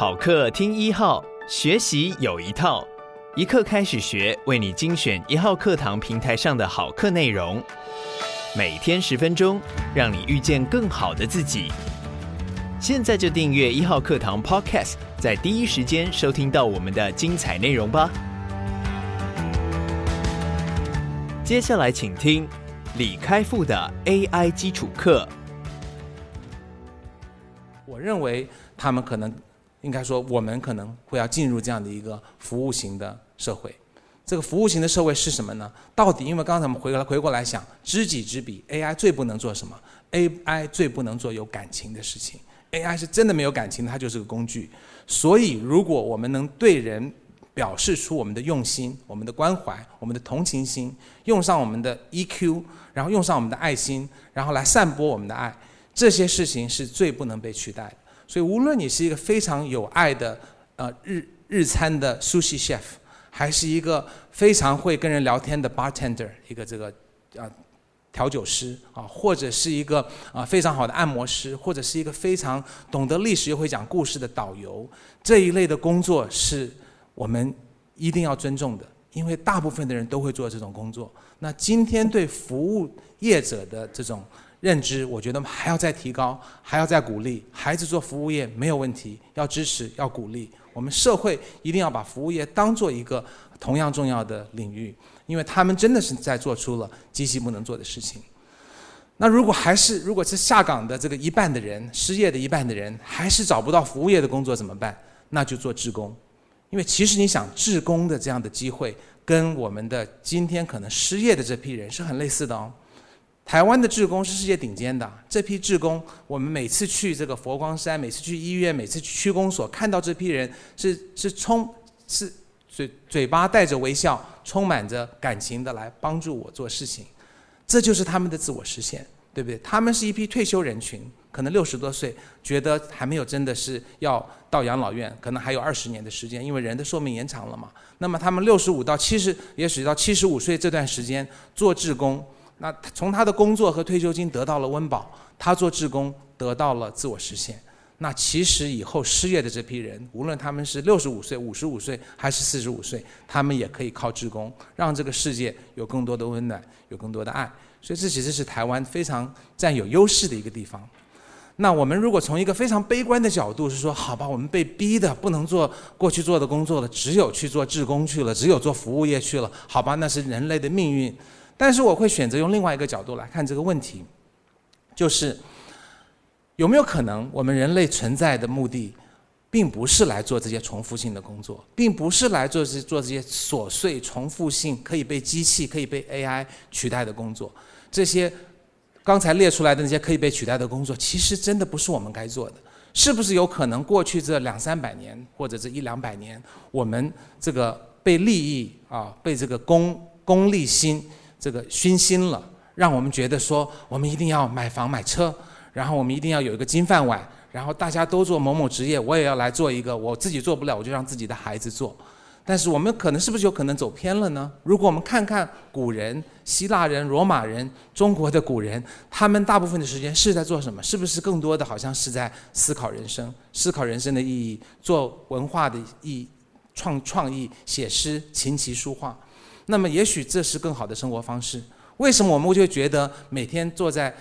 好课听一号，学习有一套，一课开始学，为你精选一号课堂平台上的好课内容，每天10分钟，让你遇见更好的自己。现在就订阅一号课堂 Podcast， 在第一时间收听到我们的精彩内容吧。接下来请听李开复的 AI 基础课。 我认为他们可能应该说我们可能会要进入这样的一个服务型的社会。这个服务型的社会是什么呢？到底因为刚才我们回过来想，知己知彼， AI 最不能做什么？ AI 最不能做有感情的事情。 AI 是真的没有感情，它就是个工具。所以如果我们能对人表示出我们的用心，我们的关怀，我们的同情心，用上我们的 EQ， 然后用上我们的爱心，然后来散播我们的爱，这些事情是最不能被取代的。所以无论你是一个非常有爱的日餐的 sushi chef， 还是一个非常会跟人聊天的 bartender， 一个调酒师啊，或者是一个非常好的按摩师，或者是一个非常懂得历史又会讲故事的导游，这一类的工作是我们一定要尊重的，因为大部分的人都会做这种工作。那今天对服务业者的这种认知，我觉得还要再提高，还要再鼓励。孩子做服务业没有问题，要支持，要鼓励。我们社会一定要把服务业当做一个同样重要的领域，因为他们真的是在做出了机器不能做的事情。那如果是下岗的这个一半的人，失业的一半的人，还是找不到服务业的工作怎么办？那就做志工。因为其实你想，志工的这样的机会跟我们的今天可能失业的这批人是很类似的哦。台湾的志工是世界顶尖的，这批志工，我们每次去这个佛光山，每次去医院，每次去区公所，看到这批人是嘴巴带着微笑，充满着感情的来帮助我做事情，这就是他们的自我实现，对不对？他们是一批退休人群，可能60多岁，觉得还没有真的是要到养老院，可能还有20年的时间，因为人的寿命延长了嘛。那么他们65到70，也许到75岁这段时间做志工，那从他的工作和退休金得到了温饱，他做志工得到了自我实现。那其实以后失业的这批人，无论他们是65岁、55岁还是45岁，他们也可以靠志工，让这个世界有更多的温暖，有更多的爱。所以这其实是台湾非常占有优势的一个地方。那我们如果从一个非常悲观的角度是说，好吧，我们被逼的不能做过去做的工作了，只有去做志工去了，只有做服务业去了，好吧，那是人类的命运。但是我会选择用另外一个角度来看这个问题，就是有没有可能我们人类存在的目的并不是来做这些重复性的工作，并不是来做这些琐碎重复性可以被机器可以被 AI 取代的工作。这些刚才列出来的那些可以被取代的工作，其实真的不是我们该做的。是不是有可能过去这200-300年或者这100-200年，我们这个被利益被这个功利心这个熏心了，让我们觉得说我们一定要买房买车，然后我们一定要有一个金饭碗，然后大家都做某某职业，我也要来做一个，我自己做不了我就让自己的孩子做。但是我们是不是有可能走偏了呢？如果我们看看古人，希腊人、罗马人、中国的古人，他们大部分的时间是在做什么？是不是更多的好像是在思考人生，思考人生的意义，做文化的意义，创意，写诗，琴棋书画。那么也许这是更好的生活方式。为什么我们就会觉得每天坐在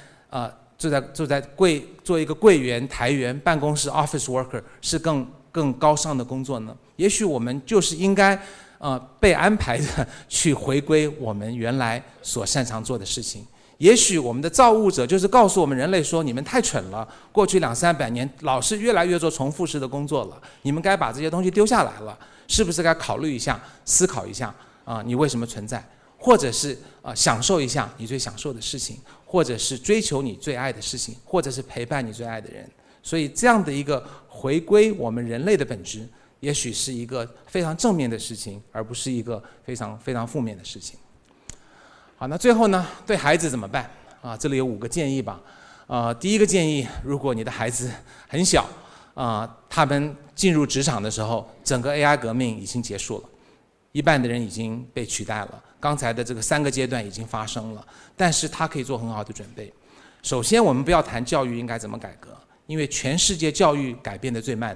做一个柜员、台员、办公室 office worker 是更高尚的工作呢？也许我们就是应该被安排的去回归我们原来所擅长做的事情。也许我们的造物者就是告诉我们人类说，你们太蠢了，过去200-300年老是越来越做重复式的工作了，你们该把这些东西丢下来了，是不是该考虑一下，思考一下你为什么存在，或者是享受一下你最享受的事情，或者是追求你最爱的事情，或者是陪伴你最爱的人。所以这样的一个回归我们人类的本质，也许是一个非常正面的事情，而不是一个非常非常负面的事情。好，那最后呢，对孩子怎么办这里有5个建议吧。第一个建议，如果你的孩子很小他们进入职场的时候，整个 AI 革命已经结束了，一半的人已经被取代了，刚才的这个3个阶段已经发生了，但是他可以做很好的准备。首先我们不要谈教育应该怎么改革，因为全世界教育改变的最慢的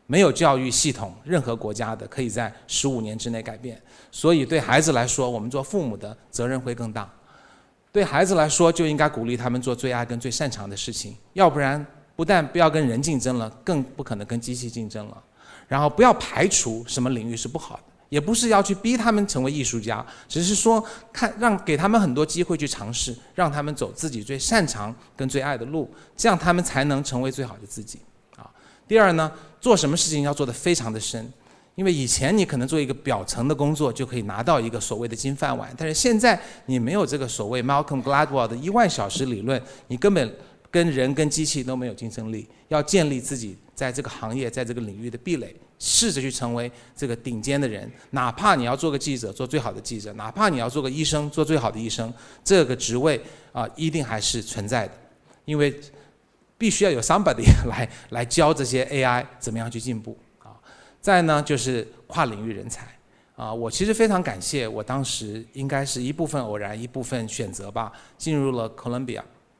没有教育系统，任何国家的可以在15年之内改变。所以对孩子来说，我们做父母的责任会更大。对孩子来说，就应该鼓励他们做最爱跟最擅长的事情，要不然不但不要跟人竞争了，更不可能跟机器竞争了。然后不要排除什么领域是不好的，也不是要去逼他们成为艺术家，只是说给他们很多机会去尝试，让他们走自己最擅长跟最爱的路，这样他们才能成为最好的自己。第二呢，做什么事情要做得非常的深。因为以前你可能做一个表层的工作就可以拿到一个所谓的金饭碗，但是现在你没有这个所谓 Malcolm Gladwell 的10000小时理论，你根本跟人跟机器都没有竞争力。要建立自己在这个行业在这个领域的壁垒，试着去成为这个顶尖的人，哪怕你要做个记者做最好的记者，哪怕你要做个医生做最好的医生，这个职位一定还是存在的。因为必须要有 somebody 来教这些 AI 怎么样去进步。再呢就是跨领域人才我其实非常感谢，我当时应该是一部分偶然一部分选择吧，进入了 Columbia。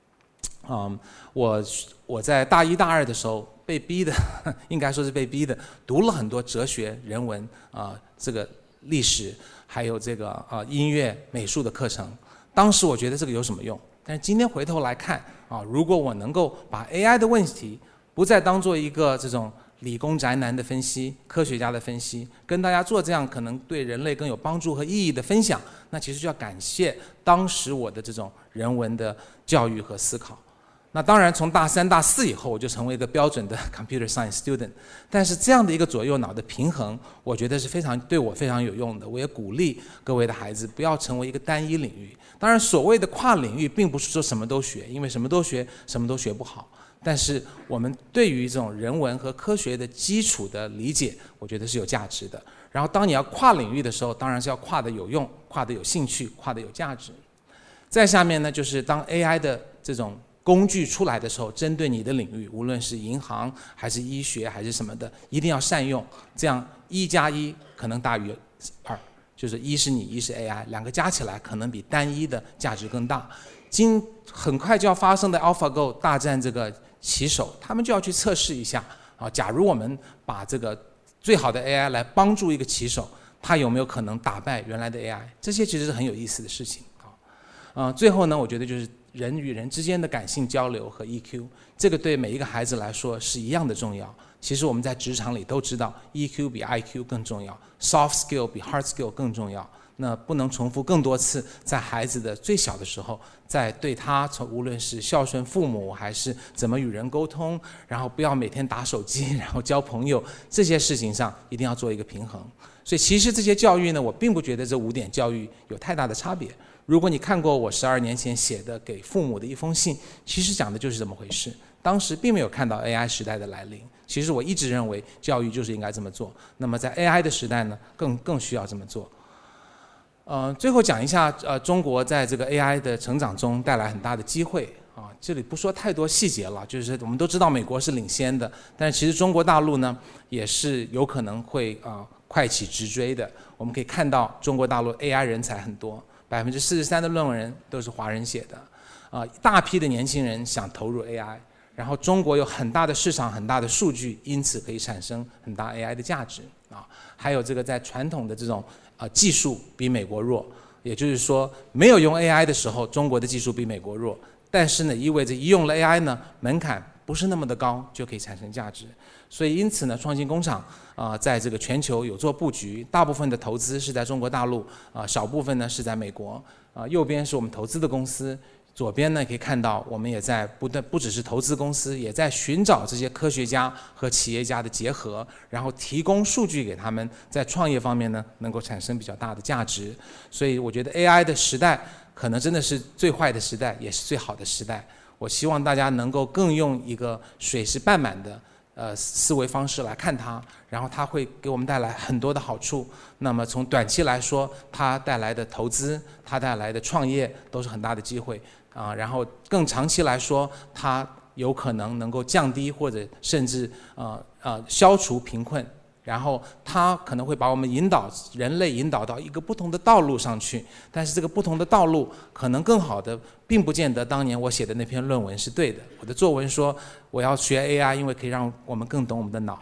我在大1大2的时候被逼的，应该说是被逼的，读了很多哲学人文这个历史还有这个音乐美术的课程。当时我觉得这个有什么用，但是今天回头来看如果我能够把 AI 的问题不再当做一个这种理工宅男的分析，科学家的分析，跟大家做这样可能对人类更有帮助和意义的分享，那其实就要感谢当时我的这种人文的教育和思考。那当然从大3大4以后我就成为一个标准的 computer science student， 但是这样的一个左右脑的平衡我觉得是对我非常有用的。我也鼓励各位的孩子不要成为一个单一领域。当然所谓的跨领域并不是说什么都学，因为什么都学什么都学不好，但是我们对于这种人文和科学的基础的理解我觉得是有价值的。然后当你要跨领域的时候，当然是要跨的有用，跨的有兴趣，跨的有价值。再下面呢，就是当 AI 的这种工具出来的时候，针对你的领域，无论是银行还是医学还是什么的，一定要善用，这样1+1可能大于2，就是1是你，1是 AI， 两个加起来可能比单一的价值更大。很快就要发生的 AlphaGo 大战这个棋手，他们就要去测试一下假如我们把这个最好的 AI 来帮助一个棋手，他有没有可能打败原来的 AI？ 这些其实是很有意思的事情最后呢，我觉得就是人与人之间的感性交流和 EQ， 这个对每一个孩子来说是一样的重要。其实我们在职场里都知道 EQ 比 IQ 更重要， soft skill 比 hard skill 更重要。那不能重复更多次，在孩子的最小的时候，在对他无论是孝顺父母还是怎么与人沟通，然后不要每天打手机，然后交朋友，这些事情上一定要做一个平衡。所以其实这些教育呢，我并不觉得这5点教育有太大的差别。如果你看过我12年前写的给父母的一封信，其实讲的就是这么回事。当时并没有看到 AI 时代的来临，其实我一直认为教育就是应该这么做。那么在 AI 的时代呢，更需要这么做。最后讲一下中国在这个 AI 的成长中带来很大的机会这里不说太多细节了，就是我们都知道美国是领先的，但是其实中国大陆呢也是有可能会快起直追的。我们可以看到中国大陆 AI 人才很多，43%的论文都是华人写的大批的年轻人想投入 AI， 然后中国有很大的市场很大的数据，因此可以产生很大 AI 的价值还有这个在传统的这种技术比美国弱，也就是说没有用 AI 的时候中国的技术比美国弱，但是呢意味着一用了 AI 呢门槛不是那么的高就可以产生价值。所以因此呢创新工厂在这个全球有做布局，大部分的投资是在中国大陆少部分呢是在美国右边是我们投资的公司，左边呢可以看到我们也在不只是投资公司，也在寻找这些科学家和企业家的结合，然后提供数据给他们，在创业方面呢能够产生比较大的价值。所以我觉得 AI 的时代可能真的是最坏的时代，也是最好的时代。我希望大家能够更用一个水是半满的思维方式来看它，然后它会给我们带来很多的好处。那么从短期来说，它带来的投资，它带来的创业都是很大的机会然后更长期来说，它有可能能够降低或者甚至消除贫困，然后它可能会把我们人类引导到一个不同的道路上去。但是这个不同的道路可能更好的并不见得当年我写的那篇论文是对的。我的作文说我要学 AI， 因为可以让我们更懂我们的脑。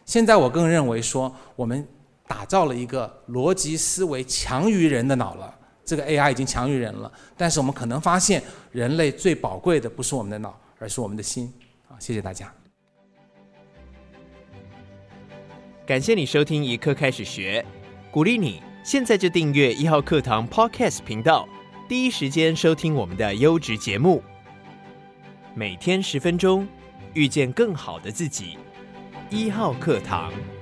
现在我更认为说，我们打造了一个逻辑思维强于人的脑了，这个 AI 已经强于人了，但是我们可能发现人类最宝贵的不是我们的脑，而是我们的心。谢谢大家。 感谢你收听一课开始学，鼓励你现在就订阅1号课堂 Podcast 频道，第一时间收听我们的优质节目。每天10分钟，遇见更好的自己。1号课堂。